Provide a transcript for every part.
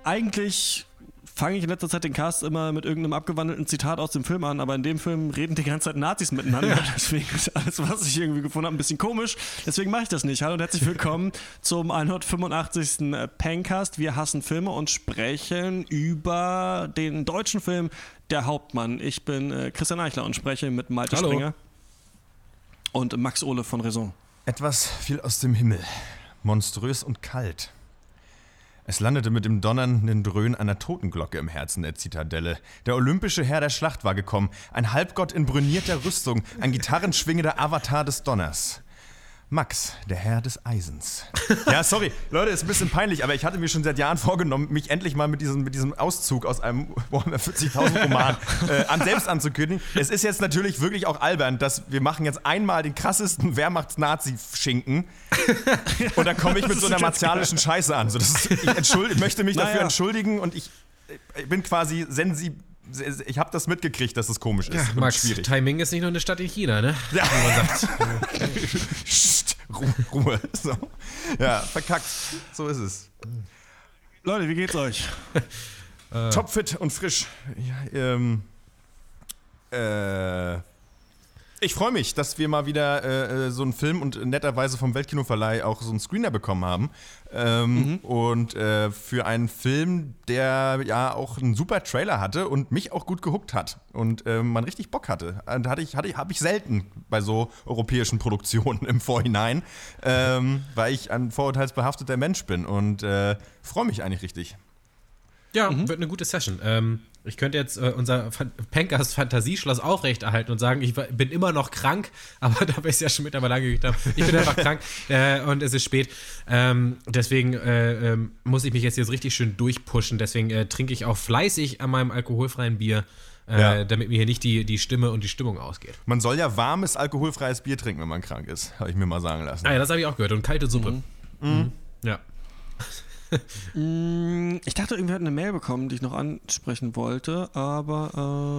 eigentlich fange ich in letzter Zeit den Cast immer mit irgendeinem abgewandelten Zitat aus dem Film an, aber in dem Film reden die ganze Zeit Nazis miteinander. Ja. Deswegen ist alles, was ich irgendwie gefunden habe, ein bisschen komisch. Deswegen mache ich das nicht. Hallo und herzlich willkommen zum 185. Pencast. Wir hassen Filme und sprechen über den deutschen Film Der Hauptmann. Ich bin Christian Eichler und spreche mit Malte Springer und Max Ohle von Raison. Etwas fiel aus dem Himmel, monströs und kalt. Es landete mit dem donnernden Dröhnen einer Totenglocke im Herzen der Zitadelle. Der olympische Herr der Schlacht war gekommen, ein Halbgott in brünierter Rüstung, ein gitarrenschwingender Avatar des Donners. Max, der Herr des Eisens. Ja, sorry, Leute, ist ein bisschen peinlich, aber ich hatte mir schon seit Jahren vorgenommen, mich endlich mal mit diesem Auszug aus einem 40.000 Roman selbst anzukündigen. Es ist jetzt natürlich wirklich auch albern, dass wir machen jetzt einmal den krassesten Wehrmachts-Nazi-Schinken und dann komme ich mit so einer martialischen Scheiße an. So, ich möchte mich dafür entschuldigen und ich bin quasi ich habe das mitgekriegt, dass es komisch ist. Ja, und Max, schwierig. Taiming ist nicht nur eine Stadt in China, ne? Ja. Wie man sagt. Psst, Ruhe. So. Ja, verkackt. So ist es. Leute, wie geht's euch? Topfit und frisch. Ja, ich freue mich, dass wir mal wieder so einen Film und netterweise vom Weltkinoverleih auch so einen Screener bekommen haben. Und für einen Film, der ja auch einen super Trailer hatte und mich auch gut gehuckt hat und man richtig Bock hatte. Habe ich selten bei so europäischen Produktionen im Vorhinein, weil ich ein vorurteilsbehafteter Mensch bin und freue mich eigentlich richtig. Ja, wird eine gute Session. Ich könnte jetzt unser Pencast Fantasieschloss aufrechterhalten und sagen, ich bin immer noch krank, aber da wir es ja schon mittlerweile angekündigt haben, ich bin einfach krank und es ist spät. Deswegen muss ich mich jetzt richtig schön durchpushen. Deswegen trinke ich auch fleißig an meinem alkoholfreien Bier, damit mir hier nicht die Stimme und die Stimmung ausgeht. Man soll ja warmes, alkoholfreies Bier trinken, wenn man krank ist, habe ich mir mal sagen lassen. Ah ja, das habe ich auch gehört. Und kalte Suppe. Ja. Ich dachte, irgendwie hat eine Mail bekommen, die ich noch ansprechen wollte, aber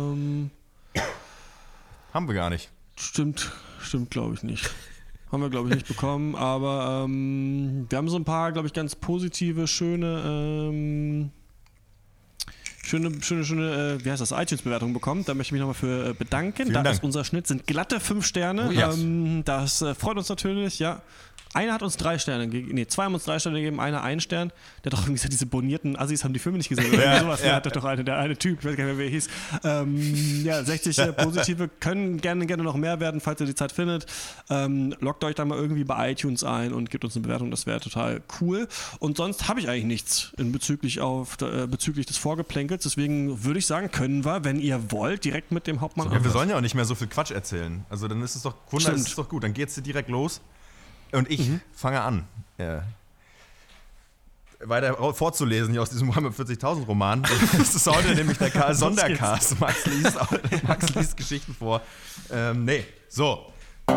haben wir gar nicht. Stimmt, glaube ich nicht. Haben wir, glaube ich, nicht bekommen, aber wir haben so ein paar, glaube ich, ganz positive, schöne, wie heißt das, iTunes-Bewertungen bekommen. Da möchte ich mich nochmal für bedanken. Vielen Dank. Ist unser Schnitt, sind glatte 5 Sterne. Oh, yes. Das freut uns natürlich, ja. Einer hat uns 3 Sterne gegeben, 2 haben uns 3 Sterne gegeben, einer 1 Stern. Der hat doch irgendwie gesagt, diese bonierten Assis haben die Filme nicht gesehen. Oder sowas. Der hatte doch der eine Typ, ich weiß gar nicht mehr, wer er hieß. 60 Positive können gerne noch mehr werden, falls ihr die Zeit findet. Loggt euch da mal irgendwie bei iTunes ein und gebt uns eine Bewertung, das wäre total cool. Und sonst habe ich eigentlich nichts bezüglich des Vorgeplänkels. Deswegen würde ich sagen, können wir, wenn ihr wollt, direkt mit dem Hauptmann anfangen. Ja, wir sollen ja auch nicht mehr so viel Quatsch erzählen. Also dann ist es doch ist doch gut, dann geht's direkt los. Und ich fange an, weiter vorzulesen hier aus diesem 140.000 Roman. Das ist heute nämlich der Karl Sondercast. Max liest Geschichten vor. So.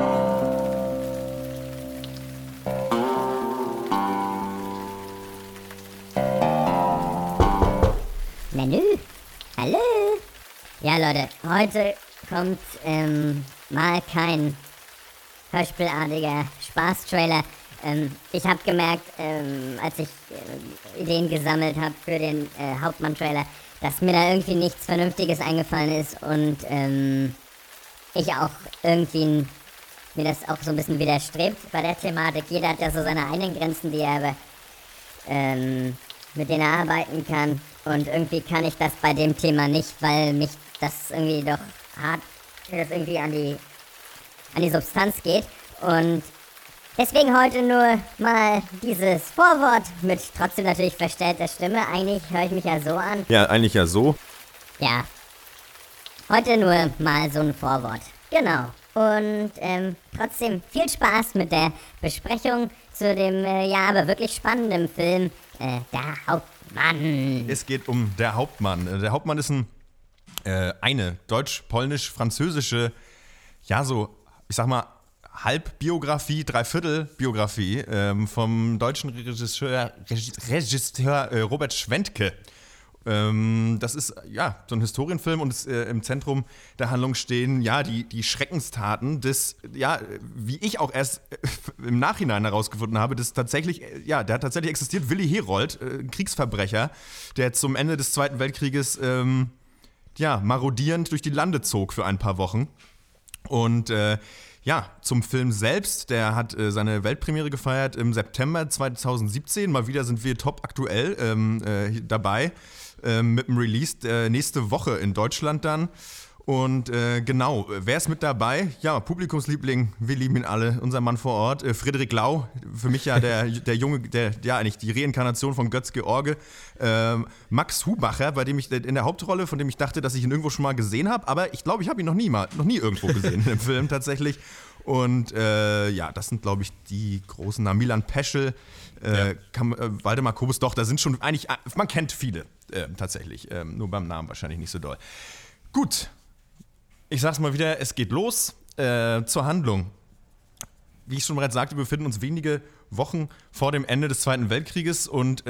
Menü? Hallo? Ja, Leute, heute kommt mal kein hörspielartiger Spaß-Trailer. Ich habe gemerkt, als ich Ideen gesammelt habe für den Hauptmann-Trailer, dass mir da irgendwie nichts Vernünftiges eingefallen ist und ich auch irgendwie mir das auch so ein bisschen widerstrebt bei der Thematik. Jeder hat ja so seine eigenen Grenzen, die er aber mit denen er arbeiten kann, und irgendwie kann ich das bei dem Thema nicht, weil mich das irgendwie doch hart irgendwie an die Substanz geht. Und deswegen heute nur mal dieses Vorwort mit trotzdem natürlich verstellter Stimme. Eigentlich höre ich mich ja so an. Ja, eigentlich ja so. Ja. Heute nur mal so ein Vorwort. Genau. Und trotzdem viel Spaß mit der Besprechung zu dem, aber wirklich spannenden Film Der Hauptmann. Es geht um Der Hauptmann. Der Hauptmann ist eine deutsch-polnisch-französische, ich sag mal, Halbbiografie, Dreiviertelbiografie vom deutschen Regisseur Robert Schwentke. Das ist ja so ein Historienfilm und im Zentrum der Handlung stehen ja die Schreckenstaten des, ja, wie ich auch erst im Nachhinein herausgefunden habe, der hat tatsächlich existiert, Willi Herold, Kriegsverbrecher, der zum Ende des Zweiten Weltkrieges marodierend durch die Lande zog für ein paar Wochen. Und zum Film selbst, der hat seine Weltpremiere gefeiert im September 2017. Mal wieder sind wir top aktuell dabei mit dem Release nächste Woche in Deutschland dann. Und genau, wer ist mit dabei? Ja, Publikumsliebling, wir lieben ihn alle, unser Mann vor Ort, Friedrich Lau, für mich ja der Junge, eigentlich die Reinkarnation von Götz George, Max Hubacher, bei dem ich in der Hauptrolle, von dem ich dachte, dass ich ihn irgendwo schon mal gesehen habe, aber ich glaube, ich habe ihn noch nie irgendwo gesehen im Film tatsächlich. Und das sind, glaube ich, die großen Namen. Milan Peschel, Waldemar Kobus, doch, da sind schon eigentlich, man kennt viele tatsächlich, nur beim Namen wahrscheinlich nicht so doll. Gut, ich sag's mal wieder, es geht los zur Handlung. Wie ich schon bereits sagte, wir befinden uns wenige Wochen vor dem Ende des Zweiten Weltkrieges und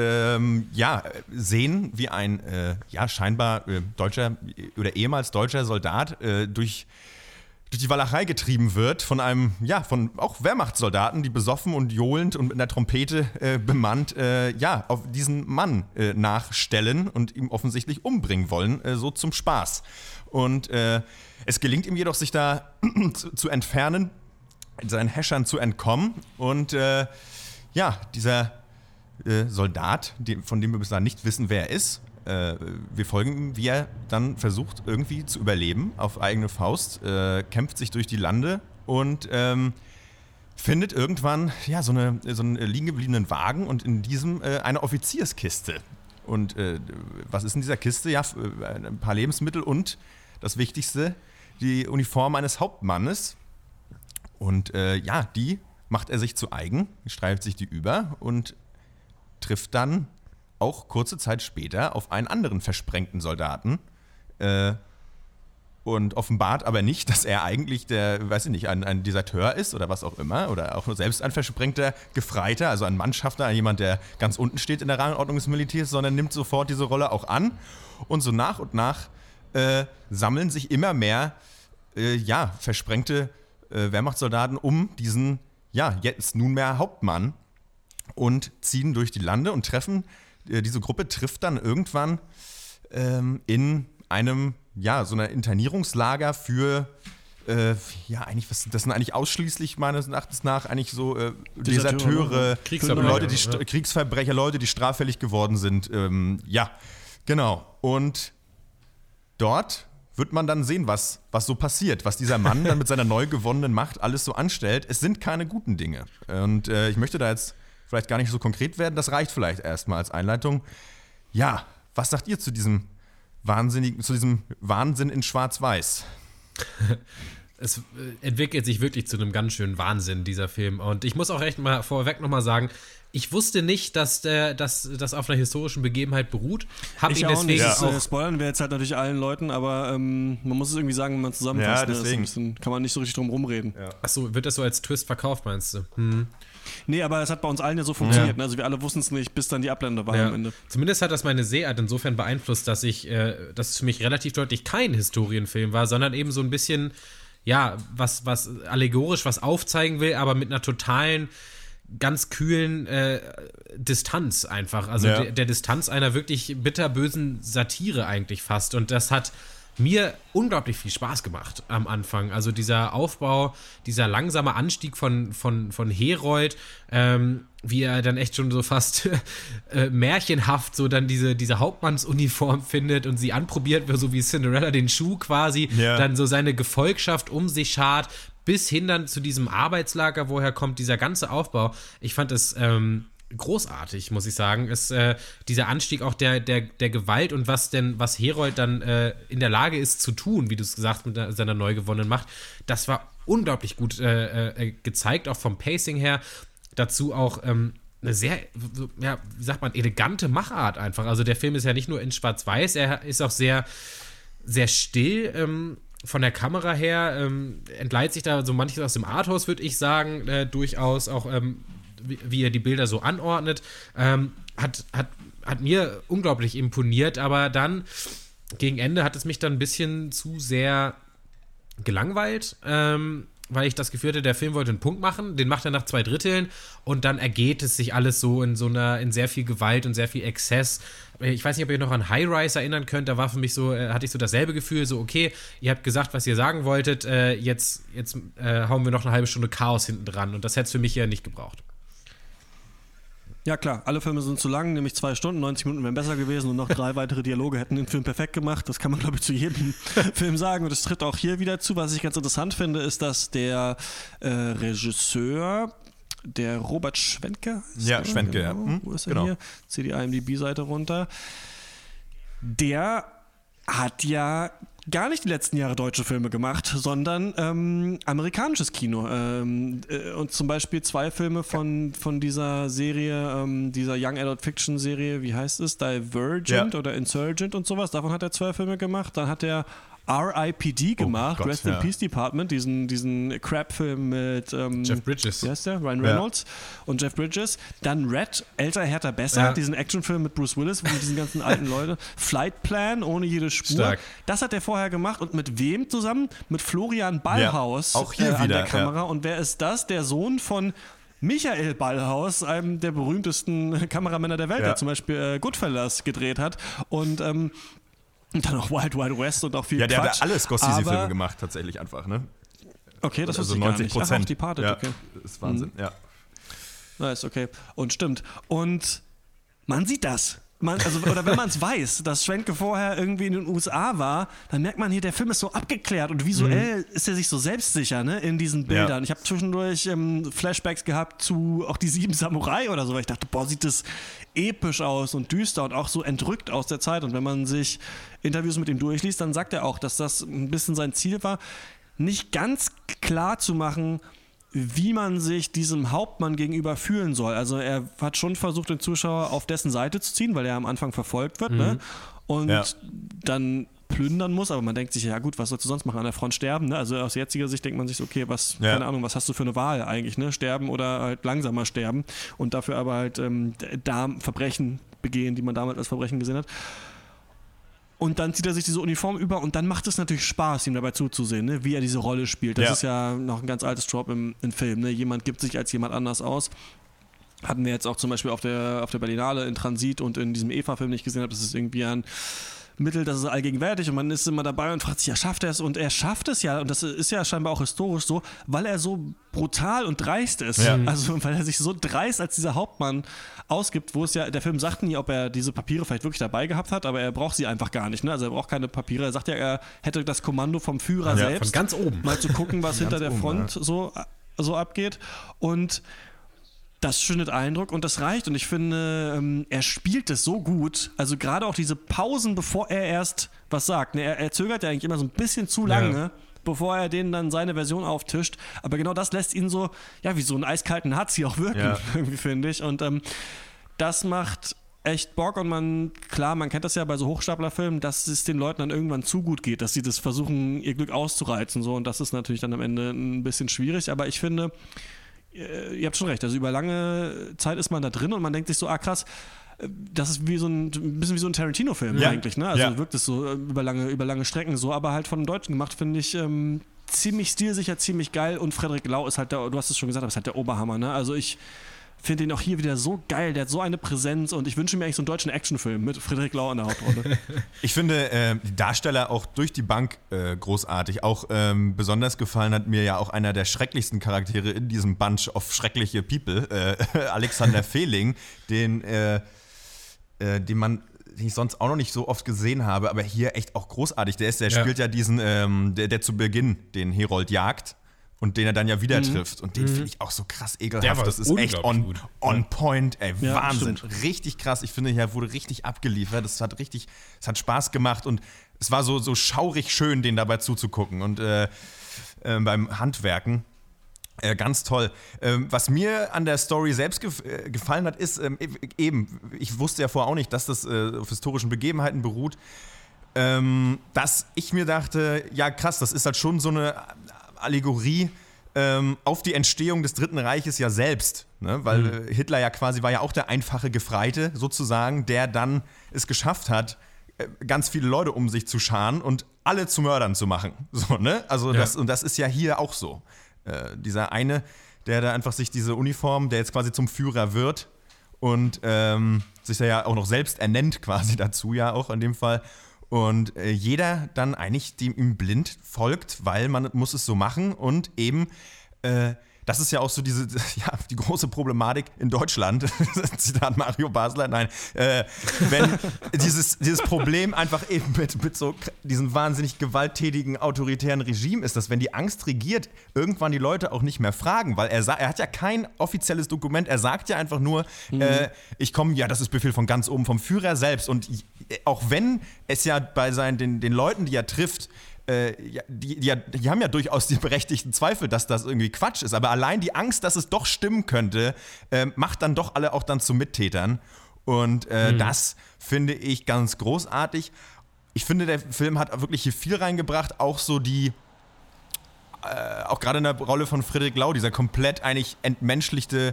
sehen, wie ein scheinbar deutscher oder ehemals deutscher Soldat durch die Walachei getrieben wird von von auch Wehrmachtssoldaten, die besoffen und johlend und mit einer Trompete bemannt, auf diesen Mann nachstellen und ihm offensichtlich umbringen wollen, so zum Spaß. Und es gelingt ihm jedoch, sich da zu entfernen, seinen Häschern zu entkommen. Und dieser Soldat, von dem wir bis dahin nicht wissen, wer er ist, wir folgen ihm, wie er dann versucht, irgendwie zu überleben auf eigene Faust, kämpft sich durch die Lande und findet irgendwann so einen liegen gebliebenen Wagen und in diesem eine Offizierskiste. Und was ist in dieser Kiste? Ja, ein paar Lebensmittel und das Wichtigste, die Uniform eines Hauptmannes. Und die macht er sich zu eigen, streift sich die über und trifft dann auch kurze Zeit später auf einen anderen versprengten Soldaten und offenbart aber nicht, dass er eigentlich ein Deserteur ist oder was auch immer oder auch nur selbst ein versprengter Gefreiter, also ein Mannschafter, jemand, der ganz unten steht in der Rangordnung des Militärs, sondern nimmt sofort diese Rolle auch an und so nach und nach sammeln sich immer mehr versprengte Wehrmachtssoldaten um diesen jetzt nunmehr Hauptmann und ziehen durch die Lande und diese Gruppe trifft dann irgendwann in einem, so einer Internierungslager für, das sind eigentlich ausschließlich meines Erachtens nach eigentlich so Deserteure, Leute, Kriegsverbrecher, Leute, die straffällig geworden sind. Genau. Und dort wird man dann sehen, was so passiert, was dieser Mann dann mit seiner neu gewonnenen Macht alles so anstellt. Es sind keine guten Dinge. Und ich möchte da jetzt vielleicht gar nicht so konkret werden, das reicht vielleicht erstmal als Einleitung. Ja, was sagt ihr zu diesem Wahnsinn in Schwarz-Weiß? Es entwickelt sich wirklich zu einem ganz schönen Wahnsinn, dieser Film. Und ich muss auch echt mal vorweg nochmal sagen, ich wusste nicht, dass das auf einer historischen Begebenheit beruht. Ich auch nicht. Spoilern wir jetzt halt natürlich allen Leuten, aber man muss es irgendwie sagen, wenn man zusammenfasst. Ja, deswegen. Kann man nicht so richtig drum rumreden. Ja. Achso, wird das so als Twist verkauft, meinst du? Nee, aber es hat bei uns allen ja so funktioniert. Ja. Also wir alle wussten es nicht, bis dann die Abblende war am Ende. Zumindest hat das meine Sehart insofern beeinflusst, dass es für mich relativ deutlich kein Historienfilm war, sondern eben so ein bisschen, was allegorisch was aufzeigen will, aber mit einer totalen, ganz kühlen Distanz einfach. Also der Distanz einer wirklich bitterbösen Satire eigentlich fast. Und das hat mir unglaublich viel Spaß gemacht am Anfang. Also dieser Aufbau, dieser langsame Anstieg von Herold, wie er dann echt schon so fast märchenhaft so dann diese Hauptmannsuniform findet und sie anprobiert, so wie Cinderella den Schuh quasi, dann so seine Gefolgschaft um sich schart, bis hin dann zu diesem Arbeitslager, woher kommt dieser ganze Aufbau. Ich fand es großartig, muss ich sagen. Dieser Anstieg auch der Gewalt und was Herold dann in der Lage ist zu tun, wie du es gesagt hast, mit seiner neu gewonnenen Macht, das war unglaublich gut gezeigt, auch vom Pacing her. Dazu auch eine sehr, wie sagt man, elegante Machart einfach. Also der Film ist ja nicht nur in Schwarz-Weiß, er ist auch sehr, sehr still, von der Kamera her, entleiht sich da so manches aus dem Arthouse, würde ich sagen, durchaus auch wie er die Bilder so anordnet, hat hat mir unglaublich imponiert, aber dann gegen Ende hat es mich dann ein bisschen zu sehr gelangweilt, weil ich das Gefühl hatte, der Film wollte einen Punkt machen, den macht er nach 2/3 und dann ergeht es sich alles so in sehr viel Gewalt und sehr viel Exzess. Ich weiß nicht, ob ihr noch an High Rise erinnern könnt, da war für mich so, hatte ich so dasselbe Gefühl, so okay, ihr habt gesagt, was ihr sagen wolltet, jetzt hauen wir noch eine halbe Stunde Chaos hinten dran und das hätte es für mich ja nicht gebraucht. Ja klar, alle Filme sind zu lang, nämlich 2 Stunden, 90 Minuten wären besser gewesen und noch 3 weitere Dialoge hätten den Film perfekt gemacht. Das kann man, glaube ich, zu jedem Film sagen und es tritt auch hier wieder zu. Was ich ganz interessant finde, ist, dass der Regisseur, der Robert Schwentke, Schwentke, ja. Wo ist er hier? Zieh die IMDb-Seite runter. Der hat ja gar nicht die letzten Jahre deutsche Filme gemacht, sondern amerikanisches Kino. Und zum Beispiel 2 Filme von dieser Serie, dieser Young Adult Fiction Serie, wie heißt es? Divergent oder Insurgent und sowas. Davon hat er 2 Filme gemacht. Dann hat er R.I.P.D. gemacht, Rest in Peace Department, diesen Crap-Film mit Jeff Bridges. Wie heißt der? Ryan Reynolds und Jeff Bridges. Dann Red, älter, härter, besser, diesen Actionfilm mit Bruce Willis, mit diesen ganzen alten Leuten. Flight Plan, ohne jede Spur. Stark. Das hat er vorher gemacht und mit wem zusammen? Mit Florian Ballhaus auch hier an wieder, der Kamera. Und wer ist das? Der Sohn von Michael Ballhaus, einem der berühmtesten Kameramänner der Welt, der zum Beispiel Goodfellas gedreht hat. Und dann auch Wild Wild West und auch viel Quatsch. Ja, der hat alle Scorsese-Filme gemacht, tatsächlich einfach, ne? Okay, das also wusste ich gar nicht. 90%. Auch Departed, ja, okay. Das ist Wahnsinn, ja. Nice, okay. Und stimmt. Und man sieht das. Oder wenn man es weiß, dass Schwentke vorher irgendwie in den USA war, dann merkt man hier, der Film ist so abgeklärt und visuell ist er sich so selbstsicher, ne, in diesen Bildern. Ja. Ich habe zwischendurch Flashbacks gehabt zu auch die 7 Samurai oder so, weil ich dachte, boah, sieht das episch aus und düster und auch so entrückt aus der Zeit. Und wenn man sich Interviews mit ihm durchliest, dann sagt er auch, dass das ein bisschen sein Ziel war, nicht ganz klar zu machen, wie man sich diesem Hauptmann gegenüber fühlen soll. Also er hat schon versucht, den Zuschauer auf dessen Seite zu ziehen, weil er am Anfang verfolgt wird, ne? Und dann plündern muss, aber man denkt sich, ja gut, was sollst du sonst machen, an der Front sterben, ne? Also aus jetziger Sicht denkt man sich, okay, keine Ahnung, was hast du für eine Wahl eigentlich, ne? Sterben oder halt langsamer sterben und dafür aber halt Verbrechen begehen, die man damals als Verbrechen gesehen hat. Und dann zieht er sich diese Uniform über und dann macht es natürlich Spaß, ihm dabei zuzusehen, ne? Wie er diese Rolle spielt. Das ist ja noch ein ganz altes Trope im Film. Ne? Jemand gibt sich als jemand anders aus. Hatten wir jetzt auch zum Beispiel auf der Berlinale in Transit und in diesem Eva-Film nicht gesehen habe. Das ist irgendwie ein Mittel, das ist allgegenwärtig und man ist immer dabei und fragt sich, ja, schafft er es? Und er schafft es ja, und das ist ja scheinbar auch historisch so, weil er so brutal und dreist ist. Ja. Also weil er sich so dreist als dieser Hauptmann ausgibt, wo es ja, der Film sagt nie, ob er diese Papiere vielleicht wirklich dabei gehabt hat, aber er braucht sie einfach gar nicht. Ne? Also er braucht keine Papiere. Er sagt ja, er hätte das Kommando vom Führer selbst. Von ganz oben. Mal zu gucken, was hinter der Front so abgeht. Und das schindet Eindruck und das reicht. Und ich finde, er spielt es so gut. Also gerade auch diese Pausen, bevor er erst was sagt. Ne? Er zögert ja eigentlich immer so ein bisschen zu lange, bevor er denen dann seine Version auftischt. Aber genau das lässt ihn so, ja, wie so einen eiskalten Nazi auch wirken, irgendwie, finde ich. Und das macht echt Bock und man kennt das ja bei so Hochstaplerfilmen, dass es den Leuten dann irgendwann zu gut geht, dass sie das versuchen, ihr Glück auszureizen. So. Und das ist natürlich dann am Ende ein bisschen schwierig. Aber ich finde, ihr habt schon recht, also über lange Zeit ist man da drin und man denkt sich so, krass, das ist ein bisschen wie so ein Tarantino-Film eigentlich, ne? Also wirkt es so über lange Strecken so, aber halt von einem Deutschen gemacht, finde ich ziemlich stilsicher, ziemlich geil und Frederik Lau ist halt du hast es schon gesagt, aber ist halt der Oberhammer, ne? Also ich finde ihn auch hier wieder so geil, der hat so eine Präsenz und ich wünsche mir eigentlich so einen deutschen Actionfilm mit Frederik Lau in der Hauptrolle. Ich finde die Darsteller auch durch die Bank großartig. Auch besonders gefallen hat mir ja auch einer der schrecklichsten Charaktere in diesem Bunch of schreckliche People, Alexander Fehling, den ich sonst auch noch nicht so oft gesehen habe, aber hier echt auch großartig. Der spielt ja diesen, der zu Beginn den Herold jagt. Und den er dann ja wieder trifft. Und den finde ich auch so krass ekelhaft. Das ist echt on point, ey. Ja, Wahnsinn. Stimmt. Richtig krass. Ich finde, hier wurde richtig abgeliefert. Es hat Spaß gemacht. Und es war so schaurig schön, den dabei zuzugucken. Und beim Handwerken. Ganz toll. Was mir an der Story selbst gefallen hat, ist ich wusste ja vorher auch nicht, dass das auf historischen Begebenheiten beruht, dass ich mir dachte, ja krass, das ist halt schon so eine Allegorie auf die Entstehung des Dritten Reiches ja selbst. Ne? Weil Hitler ja quasi war ja auch der einfache Gefreite sozusagen, der dann es geschafft hat, ganz viele Leute um sich zu scharen und alle zu Mördern zu machen. So, ne? Also das ist ja hier auch so. Dieser eine, der da einfach sich diese Uniform, der jetzt quasi zum Führer wird und sich da ja auch noch selbst ernennt quasi dazu ja auch in dem Fall. Und jeder dann eigentlich dem ihm blind folgt, weil man muss es so machen und eben das ist ja auch so die große Problematik in Deutschland, Zitat Mario Basler, nein, wenn dieses Problem einfach eben mit so diesem wahnsinnig gewalttätigen, autoritären Regime ist, dass wenn die Angst regiert, irgendwann die Leute auch nicht mehr fragen, weil er hat ja kein offizielles Dokument, er sagt ja einfach nur, ich komme, ja, das ist Befehl von ganz oben, vom Führer selbst und auch wenn es ja bei den Leuten, die er trifft, die haben ja durchaus die berechtigten Zweifel, dass das irgendwie Quatsch ist. Aber allein die Angst, dass es doch stimmen könnte, macht dann doch alle auch dann zu Mittätern. Und das finde ich ganz großartig. Ich finde, der Film hat wirklich hier viel reingebracht. Auch so auch gerade in der Rolle von Friedrich Lau, dieser komplett eigentlich entmenschlichte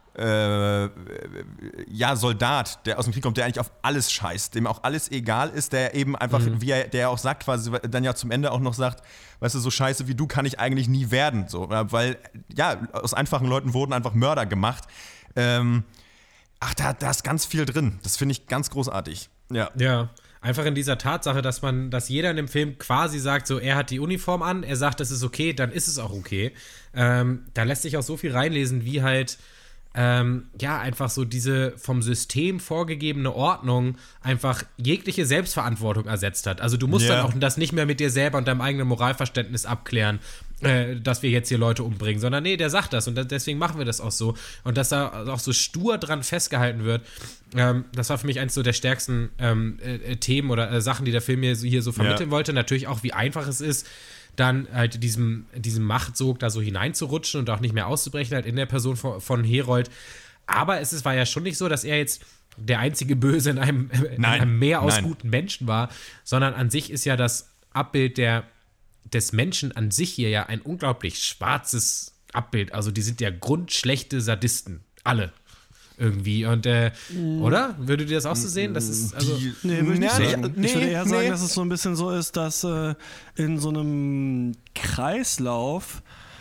Soldat, der aus dem Krieg kommt, der eigentlich auf alles scheißt, dem auch alles egal ist, der eben einfach, der auch sagt, quasi dann ja zum Ende auch noch sagt, weißt du, so scheiße wie du kann ich eigentlich nie werden, so, weil, ja, aus einfachen Leuten wurden einfach Mörder gemacht. Da ist ganz viel drin, das finde ich ganz großartig. Ja. Einfach in dieser Tatsache, dass jeder in dem Film quasi sagt, so, er hat die Uniform an, er sagt, das ist okay, dann ist es auch okay. Da lässt sich auch so viel reinlesen, wie halt einfach so diese vom System vorgegebene Ordnung einfach jegliche Selbstverantwortung ersetzt hat. Also du musst dann auch das nicht mehr mit dir selber und deinem eigenen Moralverständnis abklären, dass wir jetzt hier Leute umbringen, sondern nee, der sagt das und deswegen machen wir das auch so. Und dass da auch so stur dran festgehalten wird, das war für mich eins so der stärksten Themen oder Sachen, die der Film hier so vermitteln wollte. Natürlich auch, wie einfach es ist, dann halt diesem Machtsog da so hineinzurutschen und auch nicht mehr auszubrechen, halt in der Person von Herold. Aber war ja schon nicht so, dass er jetzt der einzige Böse in einem Meer aus guten Menschen war, sondern an sich ist ja das Abbild des Menschen an sich hier ja ein unglaublich schwarzes Abbild. Also die sind ja grundschlechte Sadisten. Alle. Irgendwie. Und, oder? Würdet ihr das auch so sehen? Das ist, also würde ich nicht sagen. Ich würde eher sagen, dass es so ein bisschen so ist, dass in so einem Kreislauf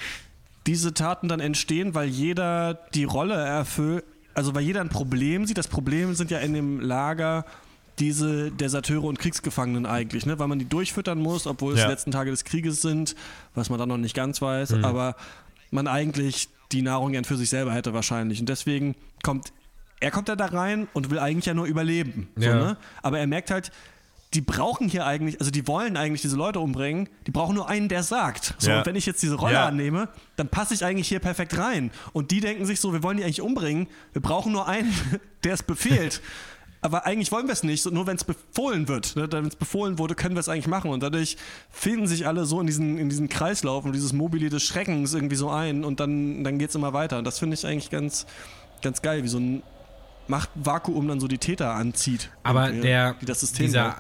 diese Taten dann entstehen, weil jeder die Rolle erfüllt, also weil jeder ein Problem sieht. Das Problem sind ja in dem Lager diese Deserteure und Kriegsgefangenen eigentlich, ne? Weil man die durchfüttern muss, obwohl es die letzten Tage des Krieges sind, was man dann noch nicht ganz weiß, aber man eigentlich die Nahrung gern für sich selber hätte wahrscheinlich. Und deswegen kommt er da rein und will eigentlich ja nur überleben. So, ne? Aber er merkt halt, die brauchen hier eigentlich, also die wollen eigentlich diese Leute umbringen, die brauchen nur einen, der sagt. So, und wenn ich jetzt diese Rolle annehme, dann passe ich eigentlich hier perfekt rein. Und die denken sich so, wir wollen die eigentlich umbringen, wir brauchen nur einen, der es befehlt. Aber eigentlich wollen wir es nicht, nur wenn es befohlen wird. Ne? Wenn es befohlen wurde, können wir es eigentlich machen. Und dadurch finden sich alle so in diesen Kreislauf und dieses Mobile des Schreckens irgendwie so ein und dann geht es immer weiter. Und das finde ich eigentlich ganz, ganz geil, wie so ein Machtvakuum dann so die Täter anzieht. Aber das System dieser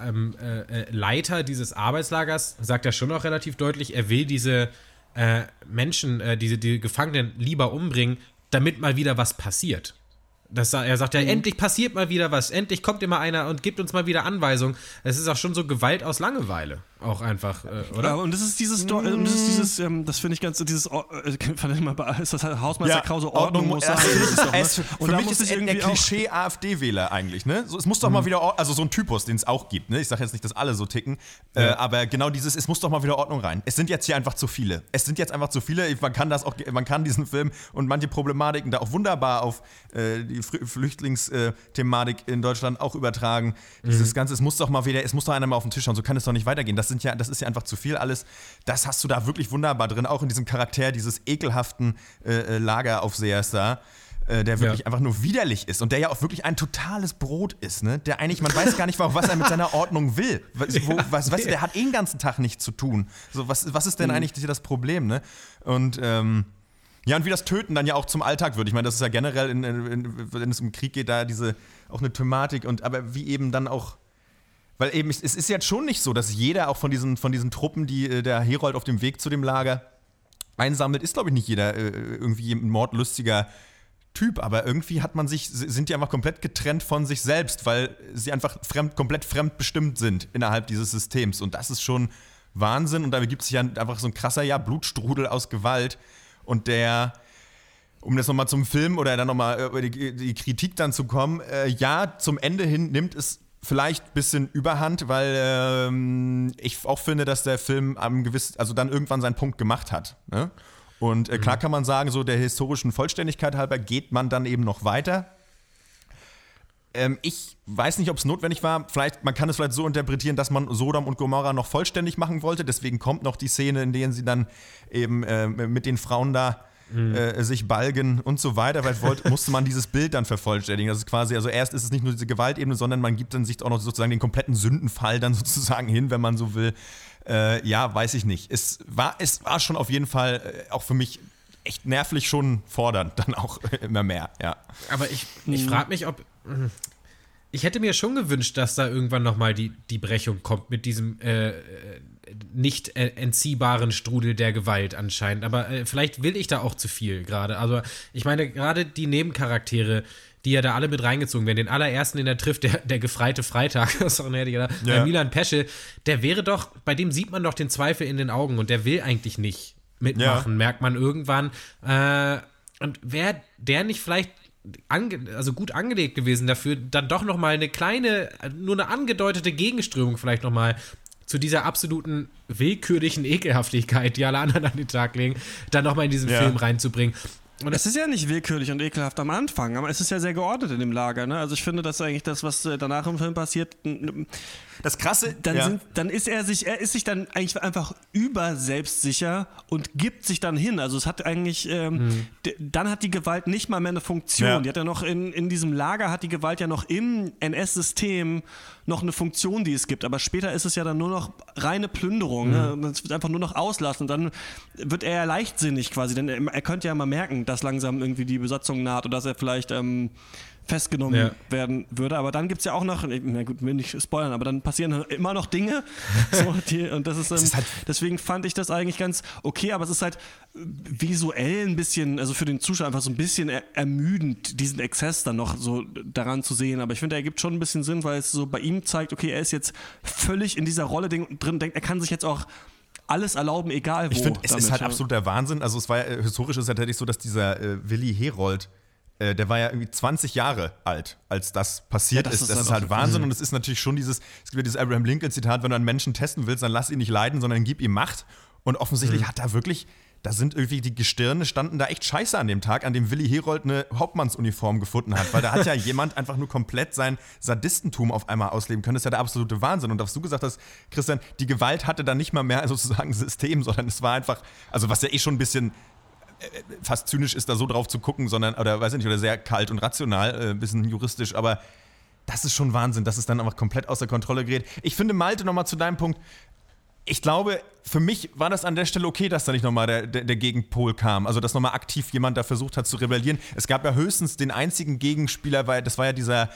Leiter dieses Arbeitslagers sagt ja schon auch relativ deutlich, er will diese Menschen, die Gefangenen lieber umbringen, damit mal wieder was passiert. Er sagt ja, endlich passiert mal wieder was, endlich kommt immer einer und gibt uns mal wieder Anweisungen. Es ist auch schon so Gewalt aus Langeweile, auch einfach, oder? Ja, und das ist dieses, das finde ich ganz, ist das halt Hausmeister Krause, Ordnung muss sein. Für mich ist es der Klischee-AfD-Wähler eigentlich, ne? So, es muss doch mal wieder, also so ein Typus, den es auch gibt, ne? Ich sage jetzt nicht, dass alle so ticken, aber genau dieses, es muss doch mal wieder Ordnung rein. Es sind jetzt hier einfach zu viele. Man kann diesen Film und manche Problematiken da auch wunderbar auf die Flüchtlingsthematik in Deutschland auch übertragen. Dieses Ganze, es muss doch einer mal auf den Tisch schauen, so kann es doch nicht weitergehen. Das ist ja einfach zu viel alles. Das hast du da wirklich wunderbar drin, auch in diesem Charakter dieses ekelhaften Lageraufsehers da, der wirklich einfach nur widerlich ist und der ja auch wirklich ein totales Brot ist, ne? Der eigentlich, man weiß gar nicht, was er mit seiner Ordnung will. Der hat den ganzen Tag nichts zu tun. So, was ist denn eigentlich das Problem, ne? Und und wie das Töten dann ja auch zum Alltag wird. Ich meine, das ist ja generell, wenn es um Krieg geht, da auch eine Thematik. Aber wie eben dann auch, weil eben, es ist jetzt schon nicht so, dass jeder auch von diesen Truppen, die der Herold auf dem Weg zu dem Lager einsammelt, ist, glaube ich, nicht jeder irgendwie ein mordlustiger Typ, aber irgendwie sind die einfach komplett getrennt von sich selbst, weil sie einfach komplett fremdbestimmt sind innerhalb dieses Systems. Und das ist schon Wahnsinn. Und da ergibt sich ja einfach so ein krasser, Blutstrudel aus Gewalt. Und um das nochmal zum Film oder dann nochmal über die Kritik dann zu kommen, zum Ende hin nimmt es vielleicht ein bisschen Überhand, weil ich auch finde, dass der Film dann irgendwann seinen Punkt gemacht hat. Ne? Und klar kann man sagen, so der historischen Vollständigkeit halber geht man dann eben noch weiter. Ich weiß nicht, ob es notwendig war. Man kann es vielleicht so interpretieren, dass man Sodom und Gomorra noch vollständig machen wollte. Deswegen kommt noch die Szene, in der sie dann eben mit den Frauen da sich balgen und so weiter, weil musste man dieses Bild dann vervollständigen. Das ist quasi, also erst ist es nicht nur diese Gewaltebene, sondern man gibt dann sich auch noch sozusagen den kompletten Sündenfall dann sozusagen hin, wenn man so will. Weiß ich nicht. Es war schon auf jeden Fall auch für mich echt nervlich schon fordernd, dann auch immer mehr, ja. Aber ich frage mich, ich hätte mir schon gewünscht, dass da irgendwann nochmal die Brechung kommt mit diesem nicht entziehbaren Strudel der Gewalt anscheinend. Aber vielleicht will ich da auch zu viel gerade. Also ich meine, gerade die Nebencharaktere, die ja da alle mit reingezogen werden. Den allerersten, den er trifft, der gefreite Freitag, Milan Peschel, der wäre doch, bei dem sieht man doch den Zweifel in den Augen und der will eigentlich nicht mitmachen, merkt man irgendwann. Und wäre der nicht vielleicht gut angelegt gewesen dafür, dann doch noch mal eine kleine, nur eine angedeutete Gegenströmung vielleicht noch mal zu dieser absoluten willkürlichen Ekelhaftigkeit, die alle anderen an den Tag legen, dann noch mal in diesen Film reinzubringen. Und es ist ja nicht willkürlich und ekelhaft am Anfang, aber es ist ja sehr geordnet in dem Lager. Ne? Also ich finde, dass eigentlich das, was danach im Film passiert, das Krasse, dann ist er sich dann eigentlich einfach überselbstsicher und gibt sich dann hin. Also es hat eigentlich, dann hat die Gewalt nicht mal mehr eine Funktion. Ja. Die hat ja noch in diesem Lager hat die Gewalt ja noch im NS-System noch eine Funktion, die es gibt. Aber später ist es ja dann nur noch reine Plünderung. Ne? Es wird einfach nur noch auslassen. Und dann wird er ja leichtsinnig quasi, denn er könnte ja mal merken, dass langsam irgendwie die Besatzung naht oder dass er vielleicht festgenommen werden würde. Aber dann gibt es ja auch noch, na gut, will nicht spoilern, aber dann passieren immer noch Dinge. Und das ist halt, deswegen fand ich das eigentlich ganz okay, aber es ist halt visuell ein bisschen, also für den Zuschauer einfach so ein bisschen ermüdend, diesen Exzess dann noch so daran zu sehen. Aber ich finde, er gibt schon ein bisschen Sinn, weil es so bei ihm zeigt, okay, er ist jetzt völlig in dieser Rolle drin, denkt, er kann sich jetzt auch alles erlauben, egal wo. Ich finde, es ist halt absoluter Wahnsinn. Also es war ja, historisch ist es tatsächlich so, dass dieser Willi Herold, der war ja irgendwie 20 Jahre alt, als das passiert ist. Das ist halt Wahnsinn. Und es ist natürlich schon es gibt ja dieses Abraham Lincoln-Zitat, wenn du einen Menschen testen willst, dann lass ihn nicht leiden, sondern gib ihm Macht. Und offensichtlich hat er wirklich, da sind irgendwie die Gestirne, standen da echt scheiße an dem Tag, an dem Willi Herold eine Hauptmannsuniform gefunden hat. Weil da hat ja jemand einfach nur komplett sein Sadistentum auf einmal ausleben können. Das ist ja der absolute Wahnsinn. Und was du gesagt hast, Christian, die Gewalt hatte dann nicht mal mehr sozusagen ein System, sondern es war einfach, also was ja schon ein bisschen fast zynisch ist, da so drauf zu gucken, sondern, oder weiß ich nicht, oder sehr kalt und rational, ein bisschen juristisch, aber das ist schon Wahnsinn, dass es dann einfach komplett außer Kontrolle gerät. Ich finde, Malte, nochmal zu deinem Punkt, ich glaube, für mich war das an der Stelle okay, dass da nicht nochmal der Gegenpol kam, also dass nochmal aktiv jemand da versucht hat zu rebellieren. Es gab ja höchstens den einzigen Gegenspieler, weil das war ja dieser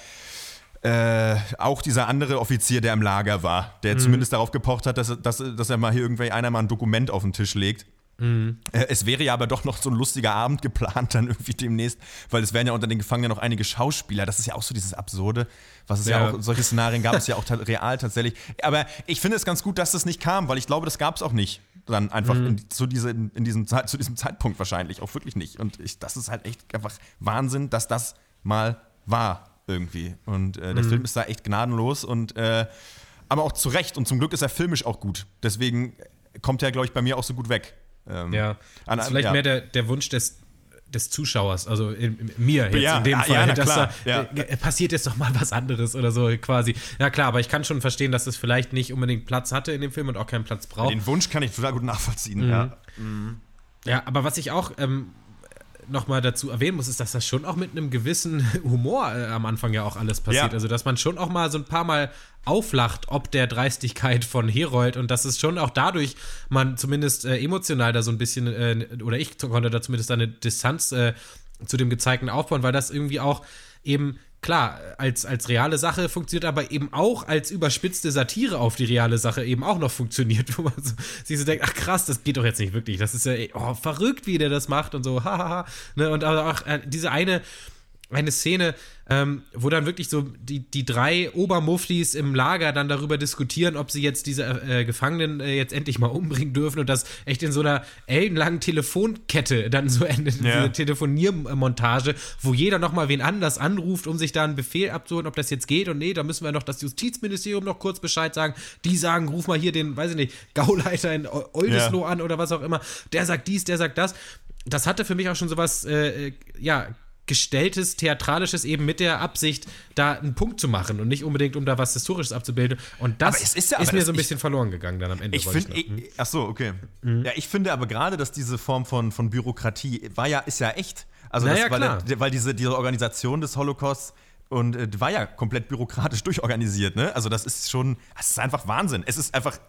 andere Offizier, der im Lager war, der zumindest darauf gepocht hat, dass er mal hier einer mal ein Dokument auf den Tisch legt. Es wäre ja aber doch noch so ein lustiger Abend geplant dann irgendwie demnächst, weil es wären ja unter den Gefangenen noch einige Schauspieler. Das ist ja auch so dieses Absurde, was es ja auch, solche Szenarien gab es ja auch real tatsächlich. Aber ich finde es ganz gut, dass das nicht kam, weil ich glaube, das gab es auch nicht. Dann einfach zu diesem Zeitpunkt wahrscheinlich auch wirklich nicht. Und das ist halt echt einfach Wahnsinn, dass das mal war irgendwie. Und der Film ist da echt gnadenlos und aber auch zu Recht. Und zum Glück ist er filmisch auch gut. Deswegen kommt er, glaube ich, bei mir auch so gut weg. Das ist vielleicht mehr der Wunsch des Zuschauers, also mir jetzt in dem Fall, dass passiert jetzt doch mal was anderes oder so quasi. Ja klar, aber ich kann schon verstehen, dass es vielleicht nicht unbedingt Platz hatte in dem Film und auch keinen Platz braucht. Den Wunsch kann ich total gut nachvollziehen, Ja, aber was ich auch nochmal dazu erwähnen muss, ist, dass das schon auch mit einem gewissen Humor am Anfang ja auch alles passiert. Ja. Also, dass man schon auch mal so ein paar Mal auflacht, ob der Dreistigkeit von Herold und dass es schon auch dadurch man zumindest emotional da so ein bisschen, oder ich konnte da zumindest eine Distanz zu dem Gezeigten aufbauen, weil das irgendwie auch eben klar, als reale Sache funktioniert, aber eben auch als überspitzte Satire auf die reale Sache eben auch noch funktioniert, wo man sich so denkt, ach krass, das geht doch jetzt nicht wirklich, das ist ja verrückt, wie der das macht und so, hahaha, ne? Und aber auch diese eine Szene, wo dann wirklich so die 3 Obermuftis im Lager dann darüber diskutieren, ob sie jetzt diese Gefangenen jetzt endlich mal umbringen dürfen und das echt in so einer ellenlangen Telefonkette dann so endet, diese Telefoniermontage, wo jeder nochmal wen anders anruft, um sich da einen Befehl abzuholen, ob das jetzt geht und nee, da müssen wir noch das Justizministerium noch kurz Bescheid sagen, die sagen, ruf mal hier den, weiß ich nicht, Gauleiter in Oldesloe an oder was auch immer, der sagt dies, der sagt das. Das hatte für mich auch schon sowas, gestelltes, theatralisches eben mit der Absicht, da einen Punkt zu machen und nicht unbedingt, um da was Historisches abzubilden. Und das ist mir so ein bisschen verloren gegangen dann am Ende. Ach so, okay. Ja, ich finde aber gerade, dass diese Form von Bürokratie ist ja echt. Also weil diese Organisation des Holocausts und war ja komplett bürokratisch durchorganisiert, ne? Also das ist einfach Wahnsinn. Es ist einfach,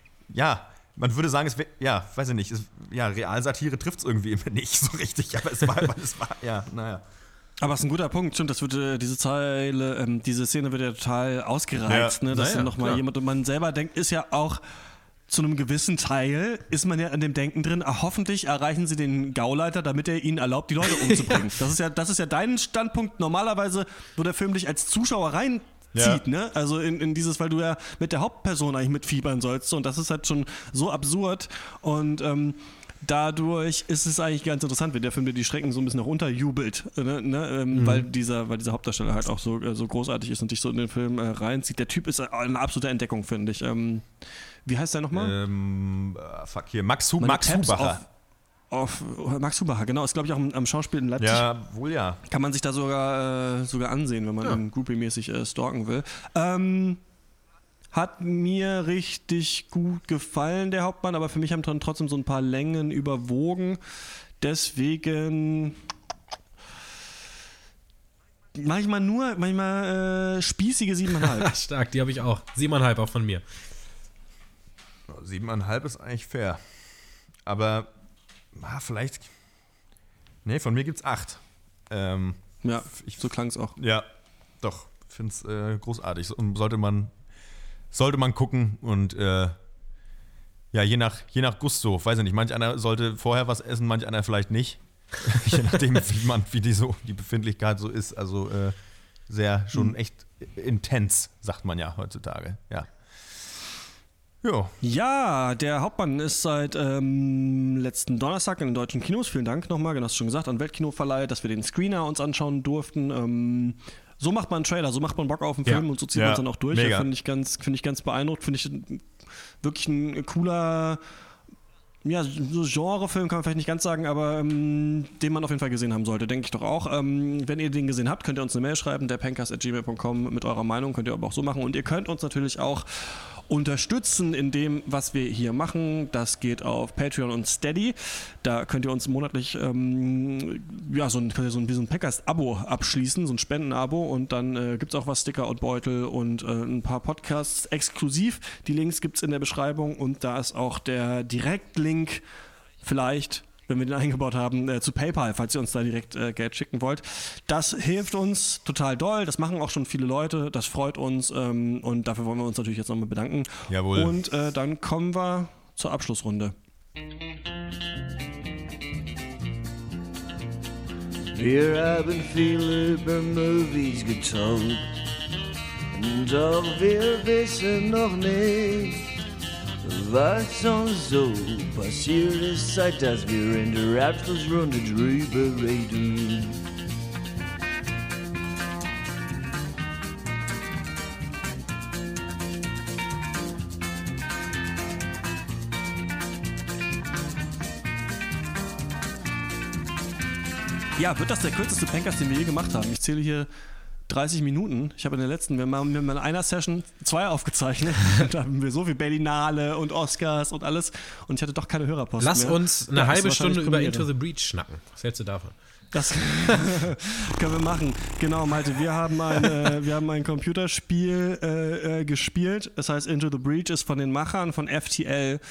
man würde sagen, weiß ich nicht, Realsatire trifft es irgendwie nicht so richtig, aber es war, naja. Aber es ist ein guter Punkt, stimmt, das würde diese Szene wird ja total ausgereizt, ne, dass dann nochmal jemand, und man selber denkt, ist ja auch zu einem gewissen Teil, ist man ja in dem Denken drin, hoffentlich erreichen sie den Gauleiter, damit er ihnen erlaubt, die Leute umzubringen. Das ist ja dein Standpunkt normalerweise, wo der Film dich als Zuschauer reinzieht, ne? Also in dieses, weil du ja mit der Hauptperson eigentlich mitfiebern sollst und das ist halt schon so absurd und dadurch ist es eigentlich ganz interessant, wenn der Film dir die Schrecken so ein bisschen noch unterjubelt, weil dieser Hauptdarsteller halt auch so großartig ist und dich so in den Film reinzieht. Der Typ ist eine absolute Entdeckung, finde ich. Wie heißt der nochmal? Max Hubacher. Max Hubacher, genau, ist glaube ich auch am Schauspiel in Leipzig. Ja, wohl ja. Kann man sich da sogar ansehen, wenn man ihn groupie-mäßig stalken will. Hat mir richtig gut gefallen, der Hauptmann, aber für mich haben dann trotzdem so ein paar Längen überwogen. Deswegen manchmal spießige 7,5. Stark, die habe ich auch. 7,5 auch von mir. 7,5 ist eigentlich fair. Aber vielleicht. Nee, von mir gibt's 8. So klang es auch. Ja, doch. Ich finde es großartig. Sollte man gucken und je nach Gusto, weiß ich nicht, manch einer sollte vorher was essen, manch einer vielleicht nicht. Je nachdem, wie die Befindlichkeit so ist. Also schon echt intens, sagt man ja heutzutage. Ja. Jo. Ja, der Hauptmann ist seit letzten Donnerstag in den deutschen Kinos. Vielen Dank nochmal, genau, hast du schon gesagt, an Weltkinoverleih, dass wir den Screener uns anschauen durften. So macht man einen Trailer, so macht man Bock auf einen Film und so zieht man es dann auch durch. Finde ich ganz beeindruckt, finde ich wirklich ein cooler, so Genrefilm kann man vielleicht nicht ganz sagen, aber den man auf jeden Fall gesehen haben sollte, denke ich doch auch. Wenn ihr den gesehen habt, könnt ihr uns eine Mail schreiben, derpencast@gmail.com mit eurer Meinung, könnt ihr aber auch so machen und ihr könnt uns natürlich auch unterstützen in dem, was wir hier machen. Das geht auf Patreon und Steady. Da könnt ihr uns monatlich so ein Packers-Abo abschließen, so ein Spenden-Abo und dann gibt es auch was, Sticker und Beutel und ein paar Podcasts exklusiv. Die Links gibt es in der Beschreibung und da ist auch der Direktlink vielleicht, wenn wir den eingebaut haben, zu PayPal, falls ihr uns da direkt Geld schicken wollt. Das hilft uns total doll, das machen auch schon viele Leute, das freut uns und dafür wollen wir uns natürlich jetzt nochmal bedanken. Jawohl. Und dann kommen wir zur Abschlussrunde. Wir haben viel über Movies getalkt, doch wir wissen noch nicht, was uns so passiert ist, seit dass wir in der Abschlussrunde drüber reden. Ja, wird das der kürzeste Pankers, den wir je gemacht haben? Ich zähle hier 30 Minuten. Ich habe in der letzten, wir haben in einer Session 2 aufgezeichnet. Da haben wir so viel Berlinale und Oscars und alles. Und ich hatte doch keine Hörerpost Lass mehr. uns eine halbe Stunde über Into the Breach schnacken. Was hältst du davon? Das können wir machen. Genau, Malte, wir haben ein Computerspiel gespielt. Das heißt, Into the Breach ist von den Machern von FTL.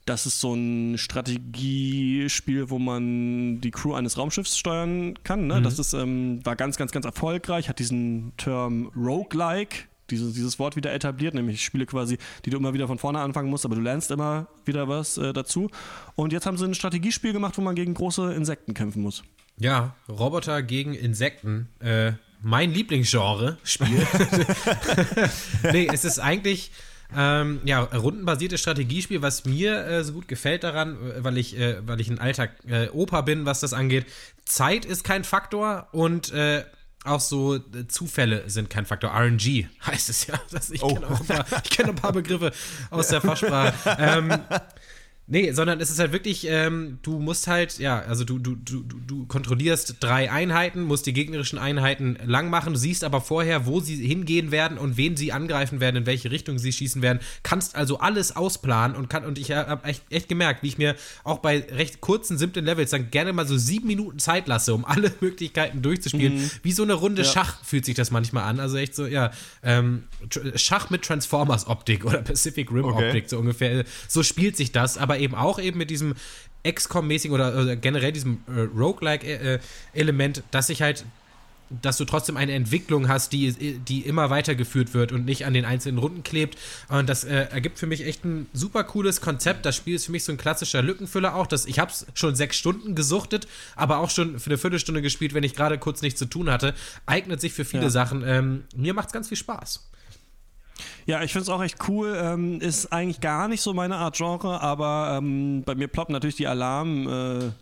Das ist so ein Strategiespiel, wo man die Crew eines Raumschiffs steuern kann. Ne? Das ist, war ganz, ganz, ganz erfolgreich, hat diesen Term Roguelike, dieses Wort wieder etabliert, nämlich Spiele quasi, die du immer wieder von vorne anfangen musst, aber du lernst immer wieder was dazu. Und jetzt haben sie ein Strategiespiel gemacht, wo man gegen große Insekten kämpfen muss. Ja, Roboter gegen Insekten. Mein Lieblingsgenre-Spiel. Nee, es ist eigentlich rundenbasiertes Strategiespiel, was mir so gut gefällt daran, weil ich ein alter Opa bin, was das angeht. Zeit ist kein Faktor und auch so Zufälle sind kein Faktor. RNG heißt es ja. Ich kenne ein paar Begriffe aus der Fachsprache. Nee, sondern es ist halt wirklich, du musst halt, du kontrollierst 3 Einheiten, musst die gegnerischen Einheiten lang machen, du siehst aber vorher, wo sie hingehen werden und wen sie angreifen werden, in welche Richtung sie schießen werden, kannst also alles ausplanen und ich habe echt gemerkt, wie ich mir auch bei recht kurzen, simplen Levels dann gerne mal so 7 Minuten Zeit lasse, um alle Möglichkeiten durchzuspielen. Wie so eine Runde Schach fühlt sich das manchmal an, also echt so, Schach mit Transformers-Optik oder Pacific Rim-Optik, so ungefähr, so spielt sich das, aber eben auch mit diesem XCOM-mäßigen oder generell diesem Roguelike-Element, dass du trotzdem eine Entwicklung hast, die immer weitergeführt wird und nicht an den einzelnen Runden klebt. Und das ergibt für mich echt ein super cooles Konzept. Das Spiel ist für mich so ein klassischer Lückenfüller auch. Ich habe es schon 6 Stunden gesuchtet, aber auch schon für eine Viertelstunde gespielt, wenn ich gerade kurz nichts zu tun hatte. Eignet sich für viele Sachen. Mir macht es ganz viel Spaß. Ja, ich finde es auch echt cool. Ist eigentlich gar nicht so meine Art Genre, aber bei mir ploppen natürlich die Alarmglocken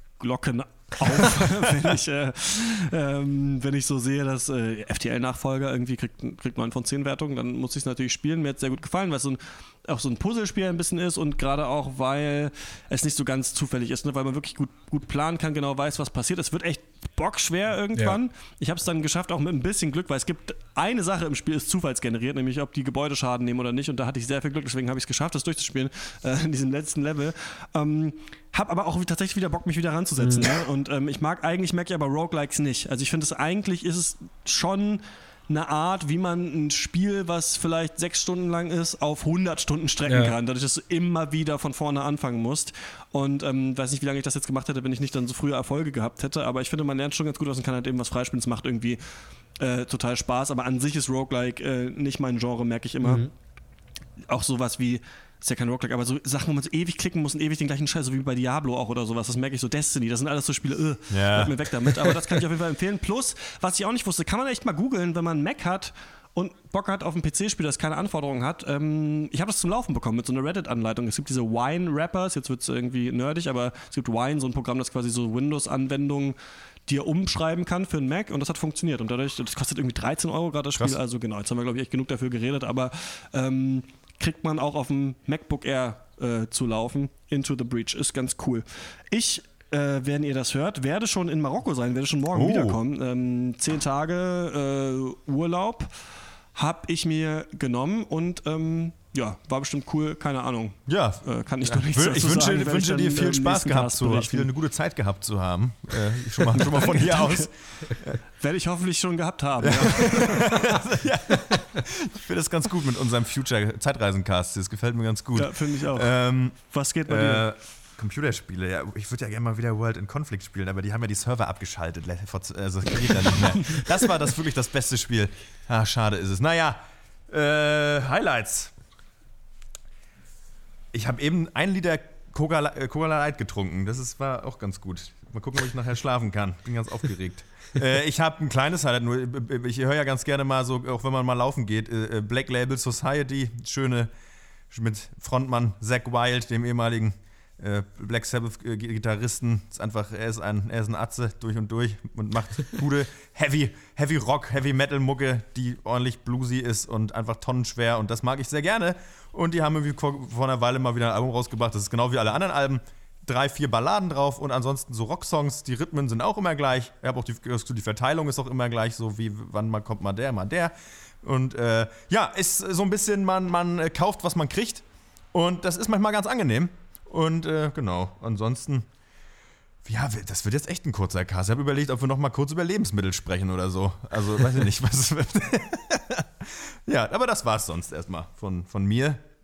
auf, wenn ich so sehe, dass FTL-Nachfolger irgendwie kriegt 9 von 10 Wertungen, dann muss ich es natürlich spielen. Mir hat es sehr gut gefallen, weil es auch so ein Puzzlespiel ein bisschen ist und gerade auch, weil es nicht so ganz zufällig ist, ne? Weil man wirklich gut planen kann, genau weiß, was passiert. Es wird echt bockschwer irgendwann. Ja. Ich habe es dann geschafft, auch mit ein bisschen Glück, weil es gibt eine Sache im Spiel, ist zufallsgeneriert, nämlich ob die Gebäude Schaden nehmen oder nicht, und da hatte ich sehr viel Glück, deswegen habe ich es geschafft, das durchzuspielen in diesem letzten Level. Hab aber auch tatsächlich wieder Bock, mich wieder ranzusetzen. Ne? Und merke ich aber Roguelikes nicht. Also ich finde, eigentlich ist es schon eine Art, wie man ein Spiel, was vielleicht 6 Stunden lang ist, auf 100 Stunden strecken kann, dadurch, dass du immer wieder von vorne anfangen musst. Und weiß nicht, wie lange ich das jetzt gemacht hätte, wenn ich nicht dann so frühe Erfolge gehabt hätte, aber ich finde, man lernt schon ganz gut aus und kann halt eben was freispielen. Es macht irgendwie total Spaß, aber an sich ist Roguelike nicht mein Genre, merke ich immer. Auch sowas wie, ist ja kein Roguelike, aber so Sachen, wo man so ewig klicken muss und ewig den gleichen Scheiß, so wie bei Diablo auch oder sowas, das merke ich so, Destiny, das sind alles so Spiele, bleib mir weg damit, aber das kann ich auf jeden Fall empfehlen. Plus, was ich auch nicht wusste, kann man echt mal googeln, wenn man einen Mac hat und Bock hat auf ein PC-Spiel, das keine Anforderungen hat. Ich habe das zum Laufen bekommen mit so einer Reddit-Anleitung. Es gibt diese Wine-Rappers, jetzt wird es irgendwie nerdig, aber es gibt Wine, so ein Programm, das quasi so Windows-Anwendungen dir umschreiben kann für einen Mac, und das hat funktioniert. Und dadurch, das kostet irgendwie 13 € gerade das Spiel, also genau, jetzt haben wir, glaube ich, echt genug dafür geredet, aber kriegt man auch auf dem MacBook Air zu laufen. Into the Breach ist ganz cool. Ich, wenn ihr das hört, werde schon in Marokko sein, werde schon morgen wiederkommen. 10 Tage Urlaub habe ich mir genommen und war bestimmt cool, keine Ahnung. Ja, kann ich doch nicht dazu sagen. Ich wünsche dir viel Spaß gehabt zu haben, eine gute Zeit gehabt zu haben. Schon mal von hier aus. Werde ich hoffentlich schon gehabt haben. Ja. Ich finde das ganz gut mit unserem Future-Zeitreisen-Cast. Das gefällt mir ganz gut. Ja, finde ich auch. Was geht bei dir? Computerspiele, ja, ich würde ja gerne mal wieder World in Conflict spielen, aber die haben ja die Server abgeschaltet. Also das geht ja nicht mehr. Das war wirklich das beste Spiel. Ah, schade ist es. Naja, Highlights. Ich habe eben 1 Liter Cola Light getrunken. Das war auch ganz gut. Mal gucken, ob ich nachher schlafen kann. Bin ganz aufgeregt. Ich habe ein kleines Highlight. Nur ich höre ja ganz gerne mal so, auch wenn man mal laufen geht, Black Label Society. Schöne, mit Frontmann Zakk Wylde, dem ehemaligen Black Sabbath-Gitarristen. Er ist ein Atze durch und durch und macht gute Heavy Rock, Heavy Metal Mucke, die ordentlich bluesy ist und einfach tonnenschwer, und das mag ich sehr gerne. Und die haben irgendwie vor einer Weile mal wieder ein Album rausgebracht. Das ist genau wie alle anderen Alben. 3, 4 Balladen drauf und ansonsten so Rocksongs. Die Rhythmen sind auch immer gleich. Ich habe auch die Verteilung ist auch immer gleich, so wie wann mal kommt mal der. Und ist so ein bisschen, man kauft, was man kriegt. Und das ist manchmal ganz angenehm. Und genau, ansonsten, ja, das wird jetzt echt ein kurzer Cast. Ich habe überlegt, ob wir noch mal kurz über Lebensmittel sprechen oder so. Also, weiß ich nicht, was es wird. Ja, aber das war's sonst erstmal von mir.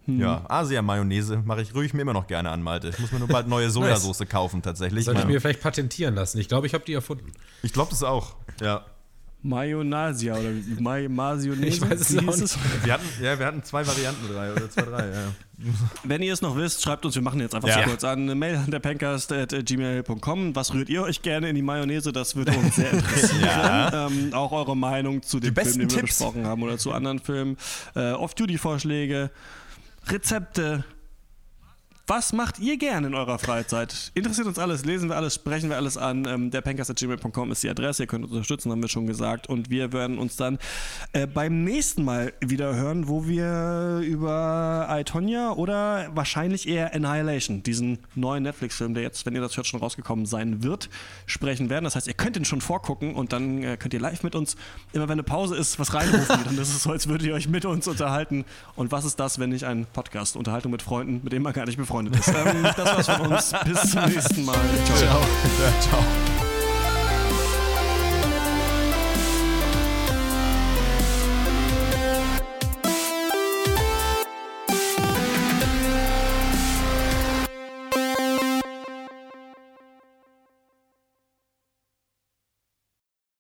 Ja, Asia-Mayonnaise rühre ich mir immer noch gerne an, Malte. Ich muss mir nur bald neue Sojasauce kaufen, tatsächlich. Sollte ich mir vielleicht patentieren lassen. Ich glaube, ich habe die erfunden. Ich glaube das auch, ja. Mayonasia oder Masionese? Ich weiß es auch nicht. Wir hatten 2 Varianten, 3 oder 2, 3, ja. Wenn ihr es noch wisst, schreibt uns, wir machen jetzt einfach so kurz an. Eine Mail an derpencast@gmail.com. Was rührt ihr euch gerne in die Mayonnaise? Das würde uns sehr interessieren. Auch eure Meinung zu dem Film, den wir besprochen haben oder zu anderen Filmen. Off-Duty-Vorschläge, Rezepte. Was macht ihr gerne in eurer Freizeit? Interessiert uns alles, lesen wir alles, sprechen wir alles an. Derpencast@gmail.com ist die Adresse, ihr könnt uns unterstützen, haben wir schon gesagt. Und wir werden uns dann beim nächsten Mal wieder hören, wo wir über I, Tonya oder wahrscheinlich eher Annihilation, diesen neuen Netflix-Film, der jetzt, wenn ihr das hört, schon rausgekommen sein wird, sprechen werden. Das heißt, ihr könnt ihn schon vorgucken und dann könnt ihr live mit uns, immer wenn eine Pause ist, was reinrufen. Dann ist es so, als würdet ihr euch mit uns unterhalten. Und was ist das, wenn nicht ein Podcast? Unterhaltung mit Freunden, mit dem man gar nicht befreundet ist. Das war's von uns. Bis zum nächsten Mal. Ciao. Ciao.